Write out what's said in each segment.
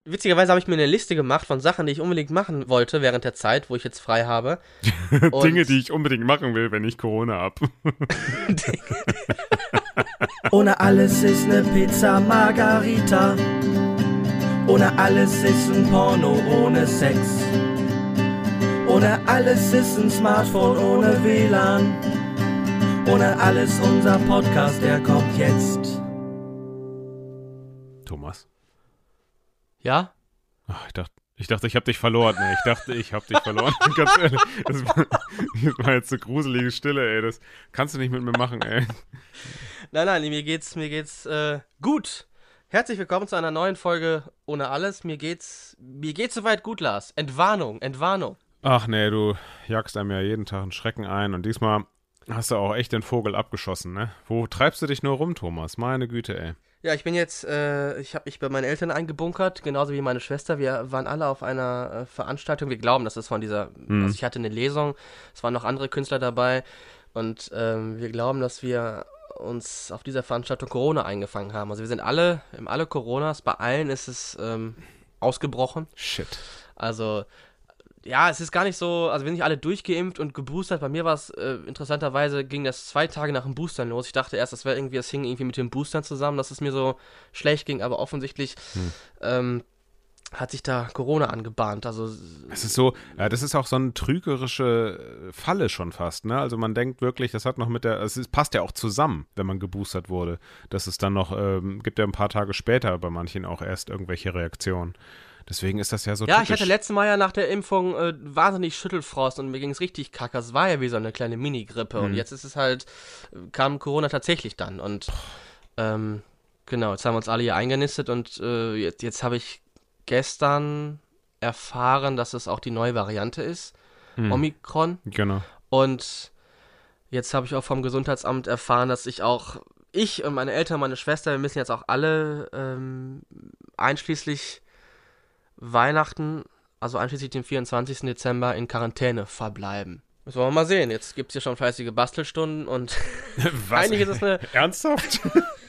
witzigerweise habe ich mir eine Liste gemacht von Sachen, die ich unbedingt machen wollte während der Zeit, wo ich jetzt frei habe. Dinge, die ich unbedingt machen will, wenn ich Corona habe. Ohne alles ist eine Pizza Margarita. Ohne alles ist ein Porno ohne Sex. Ohne alles ist ein Smartphone ohne WLAN. Ohne alles unser Podcast, der kommt jetzt. Thomas? Ja? Ach, ich dachte, ich habe dich verloren. Nee, ich habe dich verloren. Ganz ehrlich, das war jetzt so gruselige Stille, ey. Das kannst du nicht mit mir machen, ey. Nein, mir geht's gut. Herzlich willkommen zu einer neuen Folge Ohne alles. Mir geht's soweit gut, Lars. Entwarnung. Ach nee, du jagst einem ja jeden Tag einen Schrecken ein und diesmal hast du auch echt den Vogel abgeschossen, ne? Wo treibst du dich nur rum, Thomas? Meine Güte, ey. Ja, ich bin jetzt, ich habe mich bei meinen Eltern eingebunkert, genauso wie meine Schwester. Wir waren alle auf einer Veranstaltung. Wir glauben, das ist von dieser, also ich hatte eine Lesung, es waren noch andere Künstler dabei und wir glauben, dass wir uns auf dieser Veranstaltung Corona eingefangen haben. Also wir sind alle Coronas, bei allen ist es ausgebrochen. Shit. Also ja, es ist gar nicht so, also wir sind nicht alle durchgeimpft und geboostert. Bei mir war es, interessanterweise ging das 2 Tage nach dem Boostern los. Ich dachte erst, das hing irgendwie mit den Boostern zusammen, dass es mir so schlecht ging, aber offensichtlich hat sich da Corona angebahnt. Also es ist so, ja, das ist auch so eine trügerische Falle schon fast, ne? Also man denkt wirklich, das hat noch passt ja auch zusammen, wenn man geboostert wurde. Dass es dann noch, gibt ja ein paar Tage später bei manchen auch erst irgendwelche Reaktionen. Deswegen ist das ja so ja, typisch. Ich hatte letztes Mal ja nach der Impfung wahnsinnig Schüttelfrost und mir ging es richtig kacke. Es war ja wie so eine kleine Mini-Grippe und jetzt ist es halt, kam Corona tatsächlich dann und genau, jetzt haben wir uns alle hier eingenistet und jetzt habe ich gestern erfahren, dass es auch die neue Variante ist, Omikron. Genau. Und jetzt habe ich auch vom Gesundheitsamt erfahren, dass ich und meine Eltern, meine Schwester, wir müssen jetzt auch alle einschließlich Weihnachten, also einschließlich dem 24. Dezember in Quarantäne verbleiben. Müssen wir mal sehen. Jetzt gibt es hier schon fleißige Bastelstunden und eigentlich ist es eine... Ernsthaft?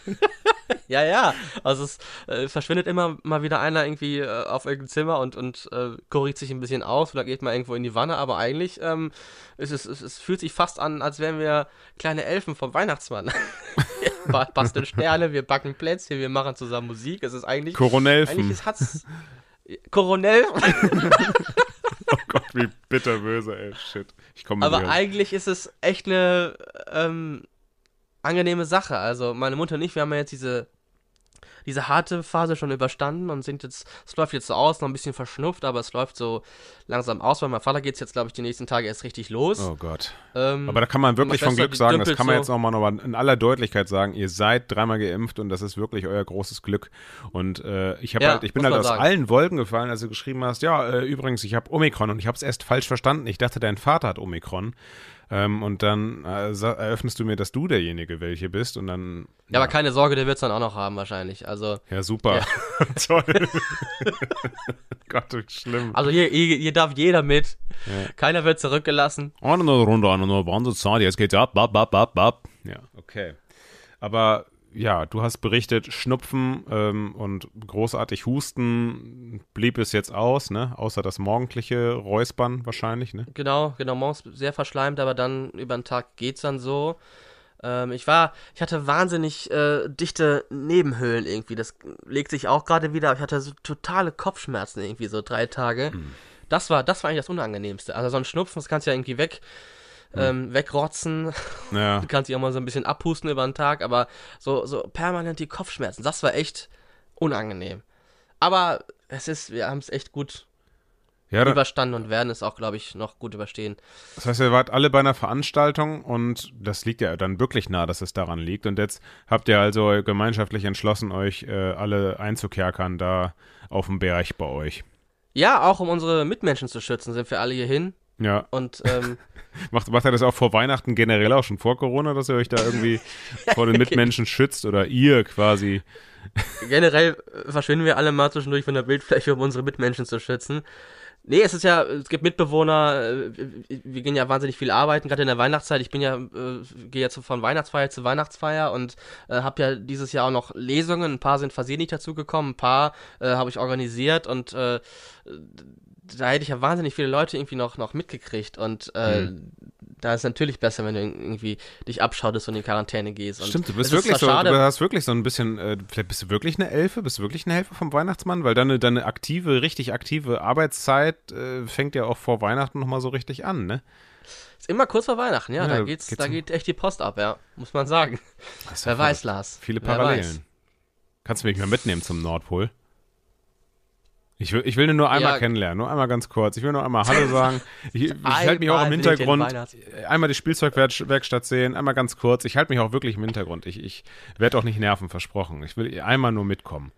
Ja. Also es verschwindet immer mal wieder einer irgendwie auf irgendein Zimmer und kuriert sich ein bisschen aus oder geht mal irgendwo in die Wanne, aber eigentlich es fühlt sich fast an, als wären wir kleine Elfen vom Weihnachtsmann. Wir basteln Sterne, wir backen Plätzchen, wir machen zusammen Musik. Es ist eigentlich... Coronelfen. Coronel. Oh Gott, wie bitterböse, ey, shit. Aber eigentlich ist es echt eine angenehme Sache. Also meine Mutter und ich, wir haben ja jetzt diese harte Phase schon überstanden und es läuft jetzt so aus, noch ein bisschen verschnupft, aber es läuft so langsam aus, weil mein Vater geht es jetzt, glaube ich, die nächsten Tage erst richtig los. Oh Gott. Aber da kann man wirklich von Glück sagen, das kann man jetzt nochmal in aller Deutlichkeit sagen, ihr seid 3-mal geimpft und das ist wirklich euer großes Glück. Und ich bin halt aus allen Wolken gefallen, als du geschrieben hast, ja, übrigens, ich habe Omikron und ich habe es erst falsch verstanden. Ich dachte, dein Vater hat Omikron. Und dann eröffnest du mir, dass du derjenige welche bist und dann... Ja, aber keine Sorge, der wird es dann auch noch haben wahrscheinlich, also... Ja, super. Ja. Toll. Gott, wie schlimm. Also hier darf jeder mit. Ja. Keiner wird zurückgelassen. Eine neue Runde, eine neue Wanderzeit, jetzt geht's ab. Ja, okay. Aber... Ja, du hast berichtet, Schnupfen und großartig Husten blieb es jetzt aus, ne? Außer das morgendliche Räuspern wahrscheinlich, ne? Genau, morgens sehr verschleimt, aber dann über den Tag geht's dann so. Ich hatte wahnsinnig dichte Nebenhöhlen irgendwie, das legt sich auch gerade wieder, ich hatte so totale Kopfschmerzen irgendwie so 3 Tage. Das war eigentlich das Unangenehmste. Also so ein Schnupfen, das kannst du ja irgendwie wegrotzen. Ja. Du kannst dich auch mal so ein bisschen abhusten über den Tag, aber so permanent die Kopfschmerzen, das war echt unangenehm. Aber wir haben es echt gut überstanden und werden es auch, glaube ich, noch gut überstehen. Das heißt, ihr wart alle bei einer Veranstaltung und das liegt ja dann wirklich nah, dass es daran liegt. Und jetzt habt ihr also gemeinschaftlich entschlossen, euch alle einzukerkern da auf dem Berg bei euch. Ja, auch um unsere Mitmenschen zu schützen, sind wir alle hier hin. Ja. Und macht er das auch vor Weihnachten generell auch schon vor Corona, dass ihr euch da irgendwie vor den Mitmenschen schützt oder ihr quasi? Generell verschwinden wir alle mal zwischendurch von der Bildfläche, um unsere Mitmenschen zu schützen. Nee, es gibt Mitbewohner, wir gehen ja wahnsinnig viel arbeiten, gerade in der Weihnachtszeit. Ich gehe jetzt von Weihnachtsfeier zu Weihnachtsfeier und habe ja dieses Jahr auch noch Lesungen. Ein paar sind versehentlich dazugekommen, ein paar habe ich organisiert und da hätte ich ja wahnsinnig viele Leute irgendwie noch mitgekriegt und da ist es natürlich besser, wenn du irgendwie dich abschautest und in Quarantäne gehst. Und stimmt, du bist wirklich so, du hast wirklich so ein bisschen, vielleicht bist du wirklich eine Elfe, bist du wirklich eine Helfer vom Weihnachtsmann, weil deine richtig aktive Arbeitszeit fängt ja auch vor Weihnachten nochmal so richtig an, ne? Ist immer kurz vor Weihnachten, ja, da geht echt die Post ab, ja, muss man sagen. Wer weiß, Lars. Viele Parallelen. Kannst du mich mal mitnehmen zum Nordpol? Ich will nur einmal kennenlernen, nur einmal ganz kurz. Ich will nur einmal Hallo sagen. Ich halte mich auch im Hintergrund. Einmal die Spielzeugwerkstatt sehen, einmal ganz kurz. Ich halte mich auch wirklich im Hintergrund. Ich werde auch nicht nerven, versprochen. Ich will einmal nur mitkommen.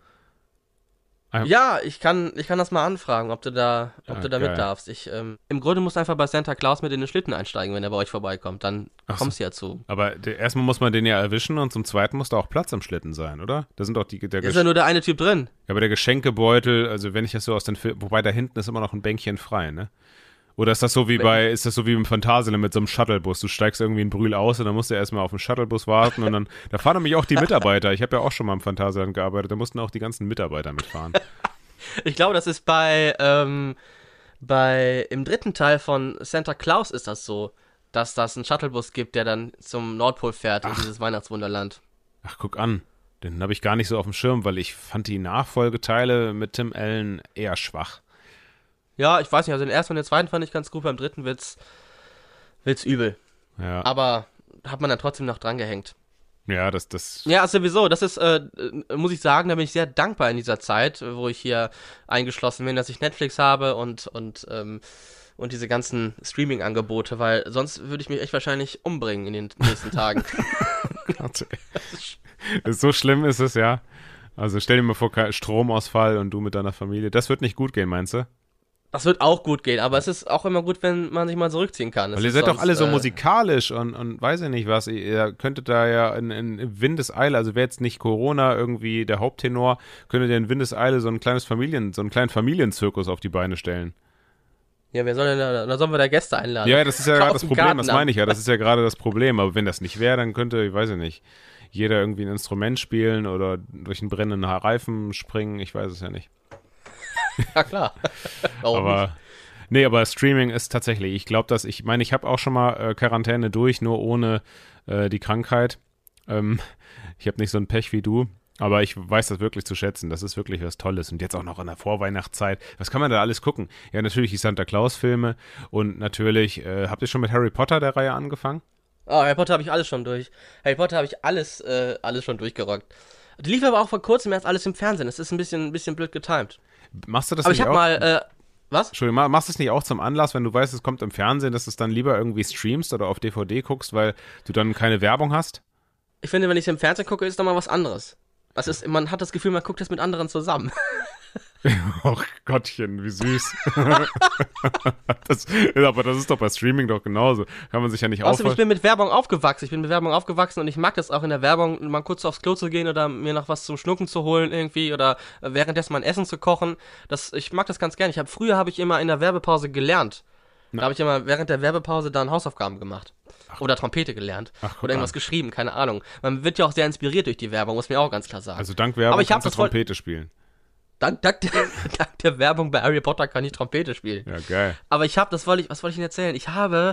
Ja, ich kann das mal anfragen, ob du da mit darfst. Im Grunde musst du einfach bei Santa Claus mit in den Schlitten einsteigen, wenn er bei euch vorbeikommt. Dann kommst du ja zu. Aber erstmal muss man den ja erwischen und zum Zweiten muss da auch Platz im Schlitten sein, oder? Da sind doch ist ja nur der eine Typ drin. Ja, aber der Geschenkebeutel, also wenn ich das so aus den Filmen, wobei da hinten ist immer noch ein Bänkchen frei, ne? Oder ist das so wie im Phantasialand mit so einem Shuttlebus? Du steigst irgendwie in Brühl aus und dann musst du erstmal auf den Shuttlebus warten und dann, da fahren nämlich auch die Mitarbeiter. Ich habe ja auch schon mal im Phantasialand gearbeitet, da mussten auch die ganzen Mitarbeiter mitfahren. Ich glaube, das ist im dritten Teil von Santa Claus ist das so, dass das einen Shuttlebus gibt, der dann zum Nordpol fährt in dieses Weihnachtswunderland. Ach, guck an. Den habe ich gar nicht so auf dem Schirm, weil ich fand die Nachfolgeteile mit Tim Allen eher schwach. Ja, ich weiß nicht, also den ersten und den zweiten fand ich ganz gut, beim dritten wird's übel. Ja. Aber hat man dann trotzdem noch dran gehängt. Ja, das... Ja, sowieso, das ist, muss ich sagen, da bin ich sehr dankbar in dieser Zeit, wo ich hier eingeschlossen bin, dass ich Netflix habe und diese ganzen Streaming-Angebote, weil sonst würde ich mich echt wahrscheinlich umbringen in den nächsten Tagen. Gott, so schlimm ist es, ja. Also stell dir mal vor, Stromausfall und du mit deiner Familie. Das wird nicht gut gehen, meinst du? Das wird auch gut gehen, aber es ist auch immer gut, wenn man sich mal zurückziehen kann. Weil ihr seid doch alle so musikalisch und weiß ich nicht was, ihr könntet da ja in Windeseile, also wäre jetzt nicht Corona irgendwie der Haupttenor, könntet ihr in Windeseile so einen kleinen Familienzirkus auf die Beine stellen. Ja, wer soll denn da sollen wir da Gäste einladen? Ja, das ist ja gerade das Problem, das meine ich ja, das ist ja gerade das Problem, aber wenn das nicht wäre, dann könnte, ich weiß nicht, jeder irgendwie ein Instrument spielen oder durch einen brennenden Reifen springen, ich weiß es ja nicht. Ja, klar. Aber Streaming ist tatsächlich, ich glaube, ich habe auch schon mal Quarantäne durch, nur ohne die Krankheit. Ich habe nicht so ein Pech wie du, aber ich weiß das wirklich zu schätzen. Das ist wirklich was Tolles. Und jetzt auch noch in der Vorweihnachtszeit. Was kann man da alles gucken? Ja, natürlich die Santa Claus-Filme und natürlich, habt ihr schon mit Harry Potter der Reihe angefangen? Oh, Harry Potter habe ich alles schon durch. Harry Potter habe ich alles schon durchgerockt. Die lief aber auch vor kurzem erst alles im Fernsehen. Das ist ein bisschen blöd getimed. Machst du das aber nicht ich habe mal, was? Entschuldigung, machst du es nicht auch zum Anlass, wenn du weißt, es kommt im Fernsehen, dass du es dann lieber irgendwie streamst oder auf DVD guckst, weil du dann keine Werbung hast? Ich finde, wenn ich es im Fernsehen gucke, ist doch mal was anderes. Man hat das Gefühl, man guckt das mit anderen zusammen. Och Gottchen, wie süß. Aber das ist doch bei Streaming doch genauso. Kann man sich ja nicht außerdem, ich bin mit Werbung aufgewachsen und ich mag das auch in der Werbung, mal kurz aufs Klo zu gehen oder mir noch was zum Schnucken zu holen irgendwie oder währenddessen mein Essen zu kochen. Ich mag das ganz gerne. Früher habe ich immer in der Werbepause gelernt. Da habe ich immer während der Werbepause dann Hausaufgaben gemacht. Oder Trompete gelernt. Oder irgendwas geschrieben, keine Ahnung. Man wird ja auch sehr inspiriert durch die Werbung, muss mir auch ganz klar sagen. Also dank Werbung kannst du Trompete spielen. Dank der Werbung bei Harry Potter kann ich Trompete spielen. Ja, geil. Aber was wollte ich Ihnen erzählen? Ich habe,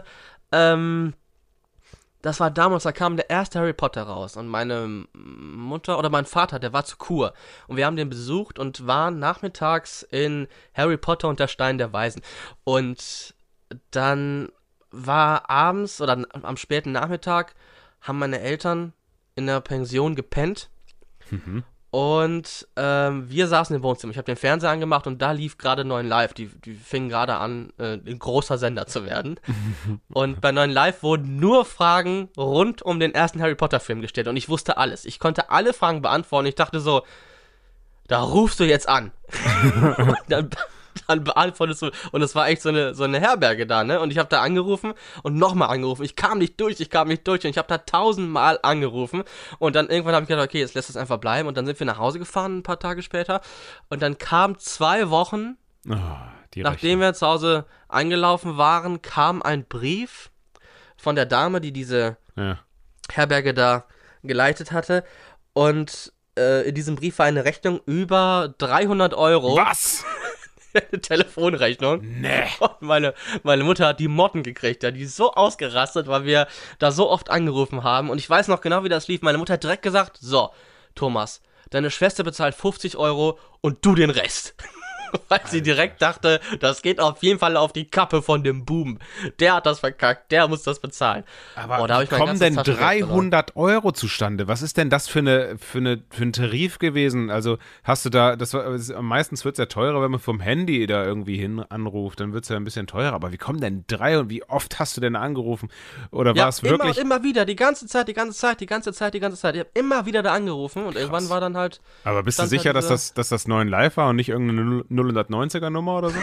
das war damals, da kam der erste Harry Potter raus und meine Mutter oder mein Vater, der war zur Kur und wir haben den besucht und waren nachmittags in Harry Potter und der Stein der Weisen und dann war abends oder am späten Nachmittag haben meine Eltern in der Pension gepennt. Und wir saßen im Wohnzimmer. Ich habe den Fernseher angemacht und da lief gerade 9 Live. Die fingen gerade an, ein großer Sender zu werden. Und bei 9 Live wurden nur Fragen rund um den ersten Harry Potter Film gestellt. Und ich wusste alles. Ich konnte alle Fragen beantworten. Ich dachte so, da rufst du jetzt an. Und dann beantwortest du. Und es war echt so eine Herberge da, ne? Und ich habe da angerufen und nochmal angerufen. Ich kam nicht durch. Und ich habe da 1000-mal angerufen. Und dann irgendwann habe ich gedacht, okay, jetzt lässt es einfach bleiben. Und dann sind wir nach Hause gefahren, ein paar Tage später. Und dann kamen 2 Wochen nachdem wir zu Hause eingelaufen waren, kam ein Brief von der Dame, die diese Herberge da geleitet hatte. Und in diesem Brief war eine Rechnung über 300 Euro. Was? Eine Telefonrechnung. Nee. Und meine Mutter hat die Motten gekriegt. Die ist so ausgerastet, weil wir da so oft angerufen haben. Und ich weiß noch genau, wie das lief. Meine Mutter hat direkt gesagt, so, Thomas, deine Schwester bezahlt 50 Euro und du den Rest. Weil sie direkt dachte, das geht auf jeden Fall auf die Kappe von dem Buben. Der hat das verkackt, der muss das bezahlen. Aber da kommen denn 300 Euro zustande? Was ist denn das für ein Tarif gewesen? Also hast du da, meistens wird es ja teurer, wenn man vom Handy da irgendwie hin anruft, dann wird es ja ein bisschen teurer. Aber wie kommen denn 3 und wie oft hast du denn angerufen? Oder war es wirklich? Immer wieder, die ganze Zeit. Ich habe immer wieder da angerufen und irgendwann war dann halt. Aber bist du sicher, dass das 9 Live war und nicht irgendeine 090er Nummer oder so?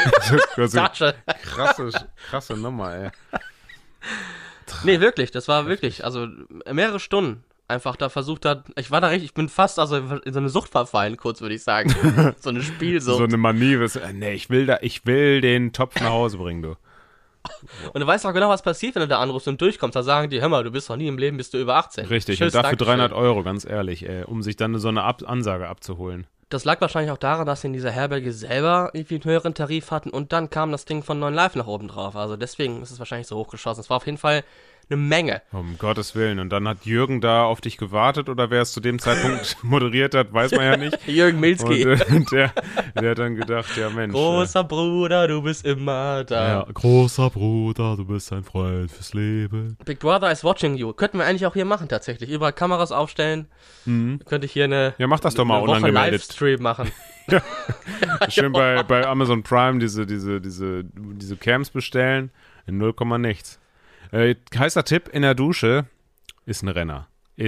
krasse Nummer, ey. Nee, wirklich, das war wirklich, also mehrere Stunden einfach da versucht hat, ich bin fast in so eine Sucht verfallen, kurz würde ich sagen. So eine Spielsucht. So eine Manie, nee, ich will den Topf nach Hause bringen, du. Und du weißt auch genau, was passiert, wenn du da anrufst und durchkommst. Da sagen die, hör mal, du bist noch nie im Leben, bist du über 18. Richtig, tschüss, und dafür 300 Euro, ganz ehrlich, um sich dann so eine Ansage abzuholen. Das lag wahrscheinlich auch daran, dass sie in dieser Herberge selber irgendwie einen höheren Tarif hatten und dann kam das Ding von 9 Live nach oben drauf. Also deswegen ist es wahrscheinlich so hochgeschossen. Es war auf jeden Fall eine Menge. Um Gottes Willen. Und dann hat Jürgen da auf dich gewartet oder wer es zu dem Zeitpunkt moderiert hat, weiß man ja nicht. Jürgen Milski. Und der hat dann gedacht, ja Mensch. Großer Bruder, du bist immer da. Ja, großer Bruder, du bist ein Freund fürs Leben. Big Brother is watching you. Könnten wir eigentlich auch hier machen tatsächlich. Überall Kameras aufstellen. Könnte ich hier eine mach das doch mal unangemeldet. Livestream machen. Ja. Schön bei Amazon Prime diese Cams bestellen. In 0, nichts. Heißer Tipp in der Dusche ist ein Renner.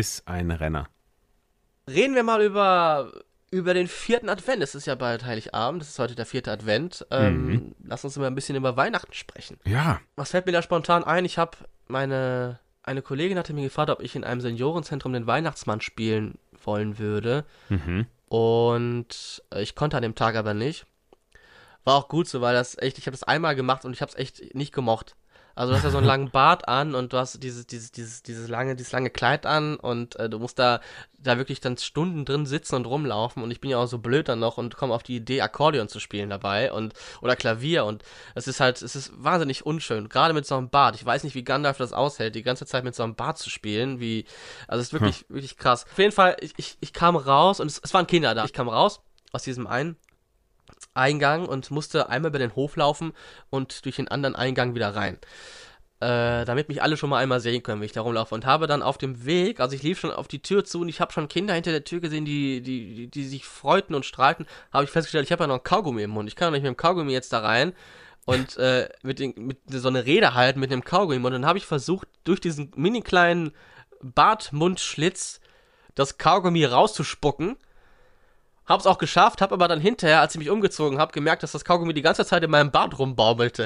Reden wir mal über den 4. Advent. Es ist ja bald Heiligabend. Das ist heute der 4. Advent. Lass uns mal ein bisschen über Weihnachten sprechen. Ja. Was fällt mir da spontan ein? Ich habe eine Kollegin hatte mir gefragt, ob ich in einem Seniorenzentrum den Weihnachtsmann spielen wollen würde. Und ich konnte an dem Tag aber nicht. War auch gut so, weil ich habe das einmal gemacht und ich habe es echt nicht gemocht. Also du hast ja so einen langen Bart an und du hast dieses lange Kleid an und du musst da wirklich dann Stunden drin sitzen und rumlaufen und ich bin ja auch so blöd dann noch und komme auf die Idee, Akkordeon zu spielen dabei oder Klavier und es ist wahnsinnig unschön, gerade mit so einem Bart. Ich weiß nicht, wie Gandalf das aushält, die ganze Zeit mit so einem Bart zu spielen, also es ist wirklich, wirklich krass. Auf jeden Fall, ich kam raus und es waren Kinder da. Ich kam raus aus diesem einen Eingang und musste einmal über den Hof laufen und durch den anderen Eingang wieder rein. Damit mich alle schon mal einmal sehen können, wie ich da rumlaufe. Und habe dann auf dem Weg, also ich lief schon auf die Tür zu und ich habe schon Kinder hinter der Tür gesehen, die sich freuten und strahlten, habe ich festgestellt, ich habe ja noch ein Kaugummi im Mund. Ich kann doch nicht mit dem Kaugummi jetzt da rein und mit so eine Rede halten mit dem Kaugummi im Mund. Und dann habe ich versucht, durch diesen mini kleinen Bartmundschlitz das Kaugummi rauszuspucken. Hab's auch geschafft, hab aber dann hinterher, als ich mich umgezogen habe, gemerkt, dass das Kaugummi die ganze Zeit in meinem Bart rumbaumelte.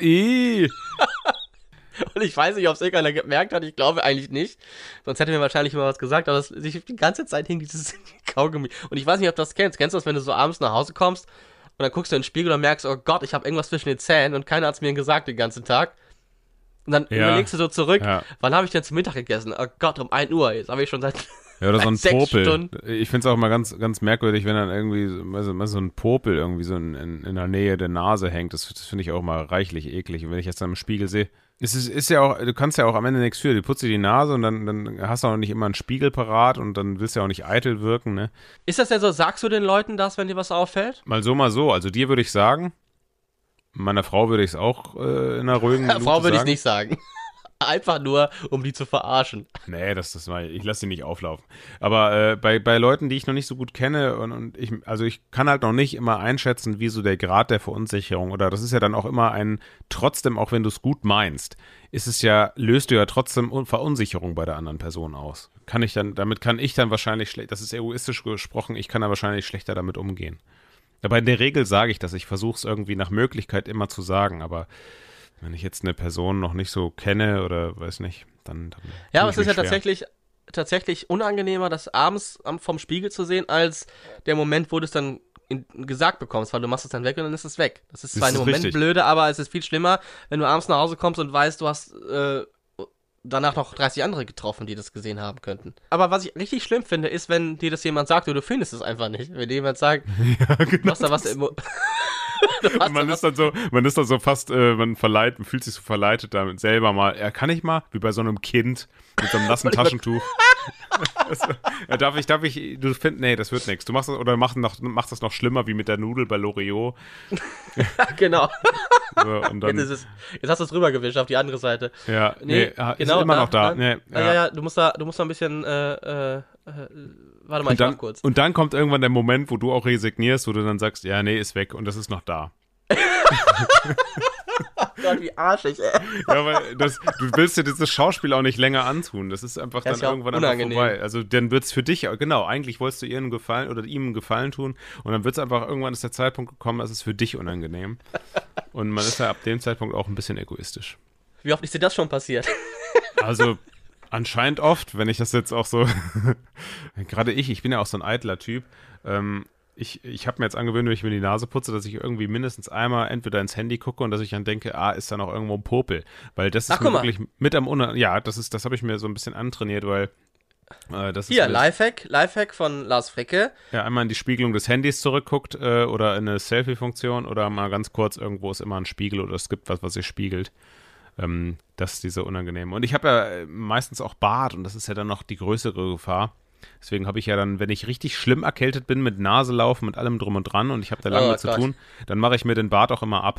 Und ich weiß nicht, ob es irgendeiner gemerkt hat, ich glaube eigentlich nicht. Sonst hätte mir wahrscheinlich immer was gesagt, aber die ganze Zeit hing dieses Kaugummi. Und ich weiß nicht, ob du das kennst. Kennst du das, wenn du so abends nach Hause kommst und dann guckst du in den Spiegel und merkst, oh Gott, ich habe irgendwas zwischen den Zähnen und keiner hat's mir gesagt den ganzen Tag. Und dann überlegst du so zurück, wann habe ich denn zum Mittag gegessen? Oh Gott, um 1 Uhr. Jetzt habe ich schon seit Ja, oder so ein Popel. Stunden. Ich finde es auch mal ganz, ganz merkwürdig, wenn dann irgendwie so ein Popel irgendwie so in der Nähe der Nase hängt. Das finde ich auch mal reichlich eklig. Und wenn ich jetzt dann im Spiegel sehe, ist ja auch, du kannst ja auch am Ende nichts für. Du putzt dir die Nase und dann hast du auch nicht immer einen Spiegel parat und dann willst du ja auch nicht eitel wirken, ne? Ist das denn so, sagst du den Leuten das, wenn dir was auffällt? Mal so, mal so. Also dir würde ich sagen, meiner Frau würde ich es auch in einer ruhigen Minute Frau würde ich es nicht sagen. Einfach nur, um die zu verarschen. Nee, ich lasse die nicht auflaufen. Aber bei Leuten, die ich noch nicht so gut kenne und ich kann halt noch nicht immer einschätzen, wie so der Grad der Verunsicherung oder das ist ja dann auch immer trotzdem, auch wenn du es gut meinst, löst du ja trotzdem Verunsicherung bei der anderen Person aus. Damit kann ich dann wahrscheinlich schlecht, das ist egoistisch gesprochen, ich kann da wahrscheinlich schlechter damit umgehen. Aber in der Regel sage ich das, ich versuche es irgendwie nach Möglichkeit immer zu sagen, aber wenn ich jetzt eine Person noch nicht so kenne oder weiß nicht, dann ja, aber es ist ja tatsächlich unangenehmer, das abends vom Spiegel zu sehen, als der Moment, wo du es dann gesagt bekommst, weil du machst es dann weg und dann ist es weg. Das ist zwar im Moment blöde, aber es ist viel schlimmer, wenn du abends nach Hause kommst und weißt, du hast danach noch 30 andere getroffen, die das gesehen haben könnten. Aber was ich richtig schlimm finde, ist, wenn dir das jemand sagt und du findest es einfach nicht. Wenn dir jemand sagt, du hast da was man ist dann so fast, man fühlt sich so verleitet damit selber mal. Kann ich mal, wie bei so einem Kind mit so einem nassen Taschentuch. Darf ich, du findest, nee, das wird nichts. Du machst das, oder machst das noch schlimmer wie mit der Nudel bei Loriot. Genau. So, und dann, jetzt hast du es rübergewischt auf die andere Seite. Ja, genau, ist immer noch da. Ja, du musst da ein bisschen, warte mal, ich mach kurz. Und dann kommt irgendwann der Moment, wo du auch resignierst, wo du dann sagst, ja, nee, ist weg und das ist noch da. Gott, wie arschig, ey. Ja, weil du willst dir dieses Schauspiel auch nicht länger antun. Das ist einfach dann irgendwann unangenehm. Einfach vorbei. Also dann wird es für dich, genau, eigentlich wolltest du ihr einen Gefallen oder ihm einen Gefallen tun und dann wird es einfach, irgendwann ist der Zeitpunkt gekommen, dass es für dich unangenehm. Und man ist ja ab dem Zeitpunkt auch ein bisschen egoistisch. Wie oft ist dir das schon passiert? Also anscheinend oft, wenn ich das jetzt auch so, gerade ich bin ja auch so ein eitler Typ, ich habe mir jetzt angewöhnt, wenn ich mir die Nase putze, dass ich irgendwie mindestens einmal entweder ins Handy gucke und dass ich dann denke, ist da noch irgendwo ein Popel. Weil das ist mir wirklich mit am das habe ich mir so ein bisschen antrainiert, weil das hier, ist Lifehack von Lars Fricke. Ja, einmal in die Spiegelung des Handys zurückguckt oder in eine Selfie-Funktion oder mal ganz kurz irgendwo ist immer ein Spiegel oder es gibt was sich spiegelt. Das ist diese unangenehme. Und ich habe ja meistens auch Bart und das ist ja dann noch die größere Gefahr. Deswegen habe ich ja dann, wenn ich richtig schlimm erkältet bin, mit Naselaufen, mit allem drum und dran und ich habe da lange mit zu tun, dann mache ich mir den Bart auch immer ab.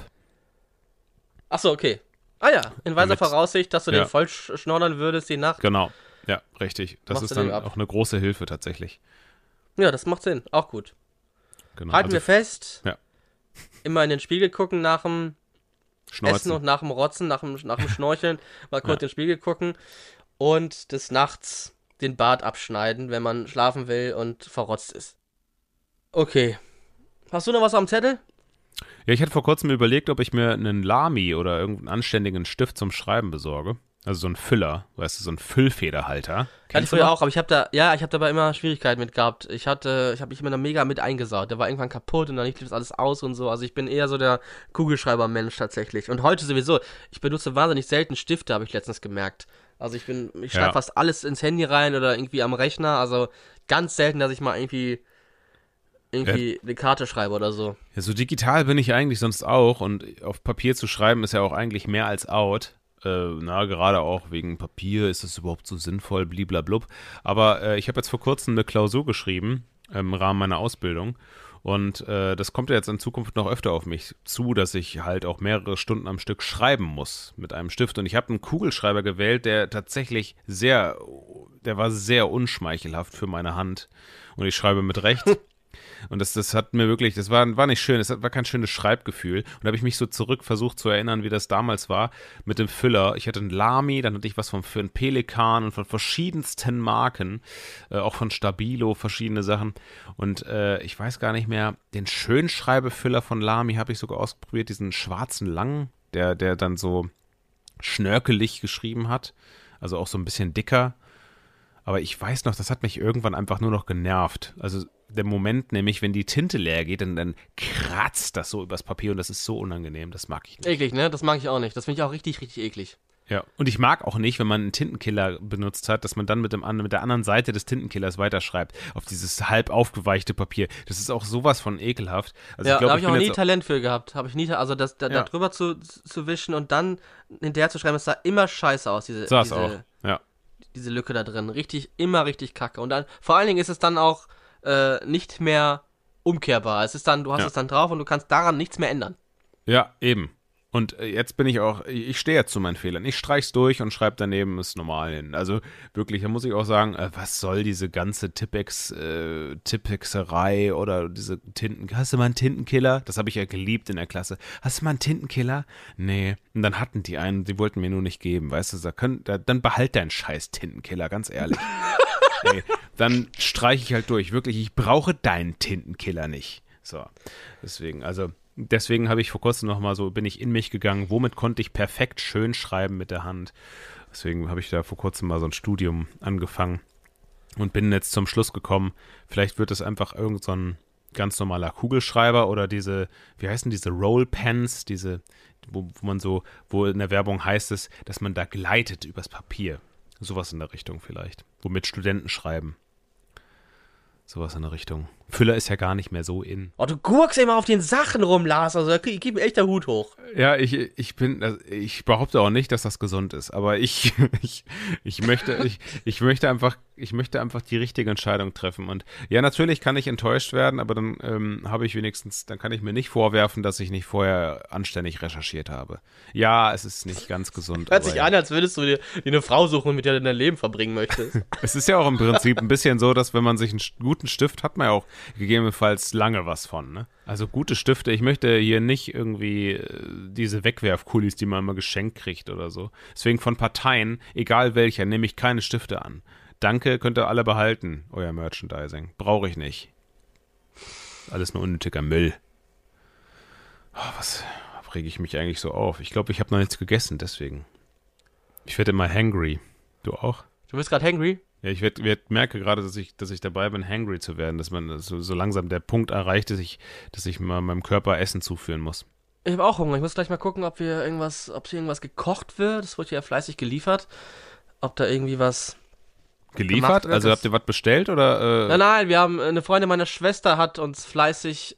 Ach so, okay. Ja, in weiser Voraussicht, dass du den voll schnoddern würdest die Nacht. Genau, ja, richtig. Das ist dann auch eine große Hilfe tatsächlich. Ja, das macht Sinn, auch gut. Genau. Halten wir fest, ja. Immer in den Spiegel gucken nach dem Schneuzen. Essen und nach dem Rotzen, nach dem Schnorcheln, mal kurz in den Spiegel gucken und des Nachts den Bart abschneiden, wenn man schlafen will und verrotzt ist. Okay. Hast du noch was am Zettel? Ja, ich hatte vor kurzem überlegt, ob ich mir einen Lamy oder irgendeinen anständigen Stift zum Schreiben besorge. Also so ein Füller, weißt du, so ein Füllfederhalter. Hatte ich früher auch, aber ich habe dabei immer Schwierigkeiten mit gehabt. Ich habe mich immer mega mit eingesaut. Der war irgendwann kaputt und dann lief das alles aus und so. Also ich bin eher so der Kugelschreiber-Mensch tatsächlich. Und heute sowieso. Ich benutze wahnsinnig selten Stifte, habe ich letztens gemerkt. Also ich schreibe fast alles ins Handy rein oder irgendwie am Rechner. Also ganz selten, dass ich mal irgendwie eine Karte schreibe oder so. Ja, so digital bin ich eigentlich sonst auch. Und auf Papier zu schreiben ist ja auch eigentlich mehr als out. Gerade auch wegen Papier, ist das überhaupt so sinnvoll, bliblablub. Aber ich habe jetzt vor kurzem eine Klausur geschrieben im Rahmen meiner Ausbildung. Und das kommt ja jetzt in Zukunft noch öfter auf mich zu, dass ich halt auch mehrere Stunden am Stück schreiben muss mit einem Stift. Und ich habe einen Kugelschreiber gewählt, der tatsächlich der war sehr unschmeichelhaft für meine Hand. Und ich schreibe mit rechts. Und das hat mir wirklich, das war nicht schön, das war kein schönes Schreibgefühl. Und da habe ich mich so versucht zu erinnern, wie das damals war mit dem Füller. Ich hatte einen Lamy, dann hatte ich was für einen Pelikan und von verschiedensten Marken, auch von Stabilo, verschiedene Sachen. Und ich weiß gar nicht mehr, den Schönschreibefüller von Lamy habe ich sogar ausprobiert, diesen schwarzen langen, der dann so schnörkelig geschrieben hat, also auch so ein bisschen dicker. Aber ich weiß noch, das hat mich irgendwann einfach nur noch genervt. Also der Moment nämlich, wenn die Tinte leer geht, dann kratzt das so übers Papier und das ist so unangenehm, das mag ich nicht. Eklig, ne? Das mag ich auch nicht. Das finde ich auch richtig, richtig eklig. Ja, und ich mag auch nicht, wenn man einen Tintenkiller benutzt hat, dass man dann mit der anderen Seite des Tintenkillers weiterschreibt, auf dieses halb aufgeweichte Papier. Das ist auch sowas von ekelhaft. Also ja, da habe ich auch nie Talent für gehabt. Habe ich nie, also da drüber zu wischen und dann hinterher zu schreiben, das sah immer scheiße aus, diese Lücke da drin. Immer richtig kacke. Und dann, vor allen Dingen ist es dann auch nicht mehr umkehrbar. Es ist dann, du hast es dann drauf und du kannst daran nichts mehr ändern. Ja, eben. Und jetzt bin ich stehe jetzt zu meinen Fehlern. Ich streich's durch und schreibe daneben es normal hin. Also wirklich, da muss ich auch sagen, was soll diese ganze Tippexerei oder diese hast du mal einen Tintenkiller? Das habe ich ja geliebt in der Klasse. Hast du mal einen Tintenkiller? Nee. Und dann hatten die einen, die wollten mir nur nicht geben, weißt du, dann behalt deinen scheiß Tintenkiller, ganz ehrlich. Ey, dann streiche ich halt durch. Wirklich, ich brauche deinen Tintenkiller nicht. So, deswegen habe ich vor kurzem bin ich in mich gegangen, womit konnte ich perfekt schön schreiben mit der Hand. Deswegen habe ich da vor kurzem mal so ein Studium angefangen und bin jetzt zum Schluss gekommen, vielleicht wird es einfach irgend so ein ganz normaler Kugelschreiber oder diese, wie heißen diese Rollpens, diese, wo man so, wo in der Werbung heißt es, dass man da gleitet übers Papier. Sowas in der Richtung vielleicht. Womit Studenten schreiben. Sowas in der Richtung. Füller ist ja gar nicht mehr so in. Oh, du gurkst immer auf den Sachen rum, Lars. Also, ich gebe mir echt der Hut hoch. Ja, ich behaupte auch nicht, dass das gesund ist. Aber ich möchte einfach die richtige Entscheidung treffen. Und ja, natürlich kann ich enttäuscht werden, aber dann dann kann ich mir nicht vorwerfen, dass ich nicht vorher anständig recherchiert habe. Ja, es ist nicht ganz gesund. Hört sich an, als würdest du dir eine Frau suchen, mit der du dein Leben verbringen möchtest. Es ist ja auch im Prinzip ein bisschen so, dass wenn man sich einen guten Stift hat, man ja auch gegebenenfalls lange was von, ne? Also gute Stifte, ich möchte hier nicht irgendwie diese Wegwerfkulis, die man immer geschenkt kriegt oder so. Deswegen von Parteien, egal welcher, nehme ich keine Stifte an. Danke, könnt ihr alle behalten, euer Merchandising. Brauche ich nicht. Alles nur unnötiger Müll. Oh, was rege ich mich eigentlich so auf? Ich glaube, ich habe noch nichts gegessen, deswegen. Ich werde immer hangry. Du auch? Du bist gerade hangry? Ja, ich merke gerade, dass ich dabei bin, hangry zu werden, dass man so langsam der Punkt erreicht, dass ich mal meinem Körper Essen zuführen muss. Ich habe auch Hunger. Ich muss gleich mal gucken, ob hier irgendwas gekocht wird. Das wird ja fleißig geliefert. Ob da irgendwie was geliefert? Also habt ihr was bestellt oder? Nein, wir haben eine Freundin meiner Schwester hat uns fleißig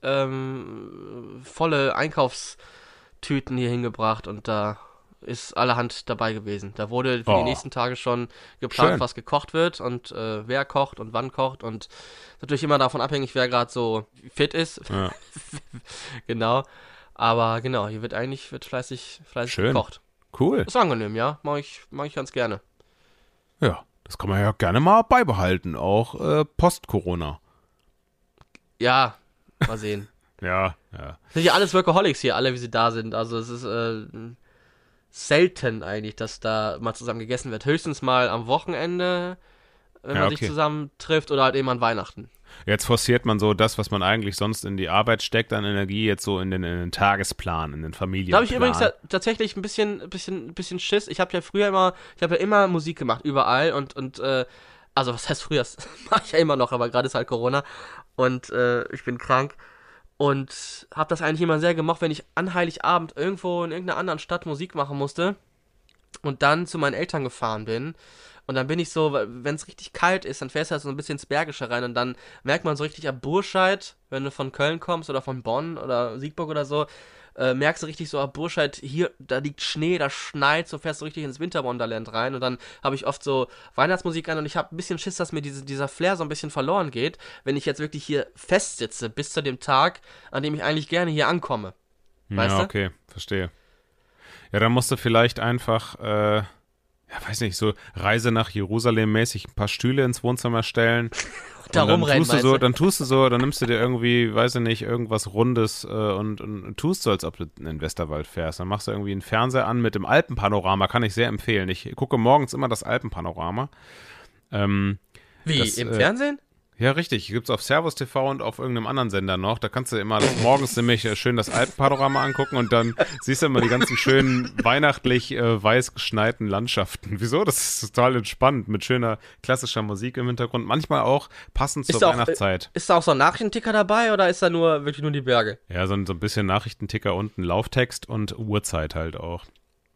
volle Einkaufstüten hier hingebracht und da ist allerhand dabei gewesen. Da wurde für die nächsten Tage schon geplant, schön, was gekocht wird und wer kocht und wann kocht und natürlich immer davon abhängig, wer gerade so fit ist. Ja. Genau. Aber genau, hier wird fleißig schön gekocht. Cool. Ist angenehm, ja. Mag ich ganz gerne. Ja, das kann man ja gerne mal beibehalten, auch post-Corona. Ja, mal sehen. Ja. Sind ja alles Workaholics hier, alle wie sie da sind. Also es ist selten eigentlich, dass da mal zusammen gegessen wird. Höchstens mal am Wochenende, wenn man sich zusammen trifft oder halt eben an Weihnachten. Jetzt forciert man so das, was man eigentlich sonst in die Arbeit steckt, an Energie, jetzt so in den Tagesplan, in den Familienplan. Da habe ich übrigens tatsächlich ein bisschen Schiss. Ich habe ja immer Musik gemacht, überall und also was heißt früher, das mache ich ja immer noch, aber gerade ist halt Corona und ich bin krank. Und habe das eigentlich immer sehr gemocht, wenn ich an Heiligabend irgendwo in irgendeiner anderen Stadt Musik machen musste und dann zu meinen Eltern gefahren bin. Und dann bin ich so, wenn es richtig kalt ist, dann fährst du halt so ein bisschen ins Bergische rein und dann merkt man so richtig ab Burscheid, wenn du von Köln kommst oder von Bonn oder Siegburg oder so, merkst du richtig so ab Burscheid, hier, da liegt Schnee, da schneit, so fährst du richtig ins Winterwonderland rein und dann habe ich oft so Weihnachtsmusik an und ich habe ein bisschen Schiss, dass mir dieser Flair so ein bisschen verloren geht, wenn ich jetzt wirklich hier festsitze bis zu dem Tag, an dem ich eigentlich gerne hier ankomme. Weißt du? Ja, okay, verstehe. Ja, dann musst du vielleicht einfach, weiß nicht, so Reise nach Jerusalem mäßig ein paar Stühle ins Wohnzimmer stellen. Dann nimmst du dir irgendwie, weiß ich nicht, irgendwas Rundes und tust so, als ob du in den Westerwald fährst. Dann machst du irgendwie einen Fernseher an mit dem Alpenpanorama, kann ich sehr empfehlen. Ich gucke morgens immer das Alpenpanorama. Im Fernsehen? Ja, richtig. Gibt's auf Servus TV und auf irgendeinem anderen Sender noch. Da kannst du immer morgens nämlich schön das Alpenpanorama angucken und dann siehst du immer die ganzen schönen weihnachtlich weiß geschneiten Landschaften. Wieso? Das ist total entspannt mit schöner klassischer Musik im Hintergrund. Manchmal auch passend zur Weihnachtszeit. Ist da auch so ein Nachrichtenticker dabei oder ist da wirklich nur die Berge? Ja, so ein bisschen Nachrichtenticker und ein Lauftext und Uhrzeit halt auch.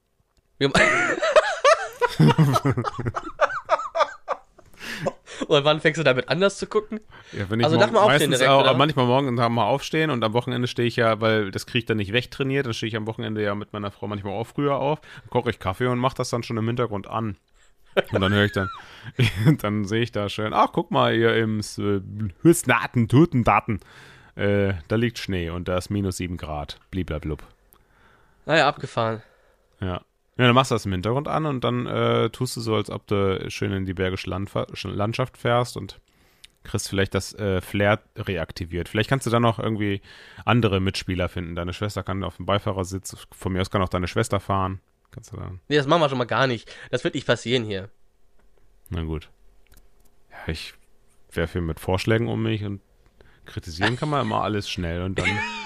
Und wann fängst du damit an, das zu gucken? Ja, wenn ich nach dem Aufstehen direkt, oder? Manchmal morgen mal aufstehen und am Wochenende stehe ich ja, weil das kriege ich dann nicht wegtrainiert, dann stehe ich am Wochenende ja mit meiner Frau manchmal auch früher auf, koche ich Kaffee und mache das dann schon im Hintergrund an. Und dann höre ich dann sehe ich da schön, guck mal, hier im Hüsnaten, Tutendaten, da liegt Schnee und da ist -7 Grad, bliblablub. Naja, abgefahren. Ja. Ja, dann machst du das im Hintergrund an und dann tust du so, als ob du schön in die bergische Landschaft fährst und kriegst vielleicht das Flair reaktiviert. Vielleicht kannst du dann noch irgendwie andere Mitspieler finden. Deine Schwester kann auf dem Beifahrersitz, von mir aus kann auch deine Schwester fahren. Kannst du dann. Nee, das machen wir schon mal gar nicht. Das wird nicht passieren hier. Na gut. Ja, ich werfe mit Vorschlägen um mich und kritisieren kann man immer alles schnell und dann...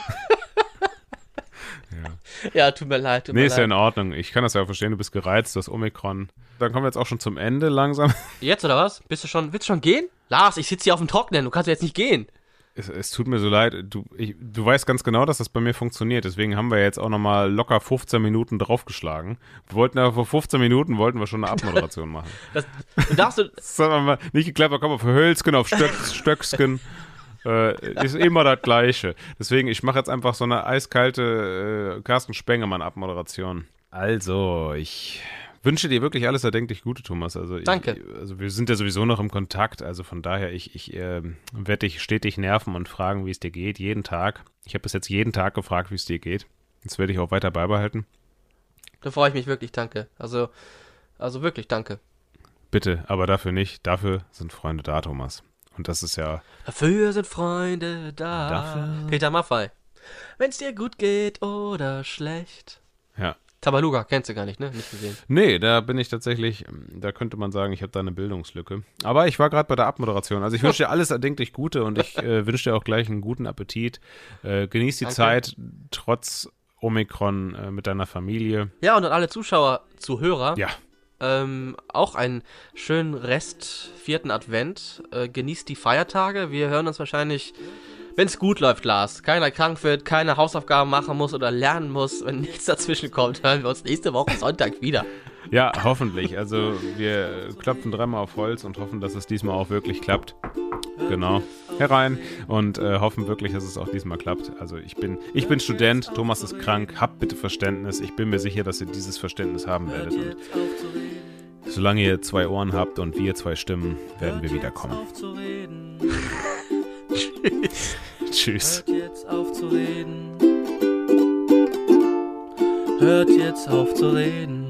Ja, tut mir leid. Ist ja in Ordnung. Ich kann das ja verstehen, du bist gereizt, das Omikron. Dann kommen wir jetzt auch schon zum Ende langsam. Jetzt oder was? Willst du schon gehen? Lars, ich sitze hier auf dem Trocknen, du kannst ja jetzt nicht gehen. Es tut mir so leid. Du weißt ganz genau, dass das bei mir funktioniert. Deswegen haben wir jetzt auch nochmal locker 15 Minuten draufgeschlagen. Vor 15 Minuten wollten wir schon eine Abmoderation machen. Das hat aber nicht geklappt. Komm auf Hölzgen, auf Stöcksken. Ist immer das Gleiche. Deswegen, ich mache jetzt einfach so eine eiskalte Carsten Spengemann-Abmoderation. Also, ich wünsche dir wirklich alles erdenklich Gute, Thomas. Also Danke. Wir sind ja sowieso noch im Kontakt. Also von daher, ich werde dich stetig nerven und fragen, wie es dir geht. Jeden Tag. Ich habe bis jetzt jeden Tag gefragt, wie es dir geht. Das werde ich auch weiter beibehalten. Da freue ich mich wirklich, danke. Also wirklich, danke. Bitte, aber dafür nicht. Dafür sind Freunde da, Thomas. Und das ist ja... Dafür sind Freunde da. Dafür... Peter Maffay. Wenn's dir gut geht oder schlecht. Ja. Tabaluga, kennst du gar nicht, ne? Nicht gesehen. Nee, da bin ich tatsächlich, da könnte man sagen, ich habe da eine Bildungslücke. Aber ich war gerade bei der Abmoderation. Also ich wünsche dir alles erdenklich Gute und ich wünsche dir auch gleich einen guten Appetit. Genieß die Zeit, trotz Omikron mit deiner Familie. Ja, und an alle Zuhörer. Ja. Auch einen schönen Rest 4. Advent. Genießt die Feiertage. Wir hören uns wahrscheinlich... Wenn es gut läuft, Lars, keiner krank wird, keine Hausaufgaben machen muss oder lernen muss, wenn nichts dazwischen kommt, hören wir uns nächste Woche Sonntag wieder. Ja, hoffentlich. Also wir klopfen 3-mal auf Holz und hoffen, dass es diesmal auch wirklich klappt. Genau. Herein und hoffen wirklich, dass es auch diesmal klappt. Also ich bin Student, Thomas ist krank, habt bitte Verständnis. Ich bin mir sicher, dass ihr dieses Verständnis haben werdet. Und solange ihr 2 Ohren habt und wir 2 Stimmen, werden wir wiederkommen. Tschüss. Hört jetzt auf zu reden. Hört jetzt auf zu reden.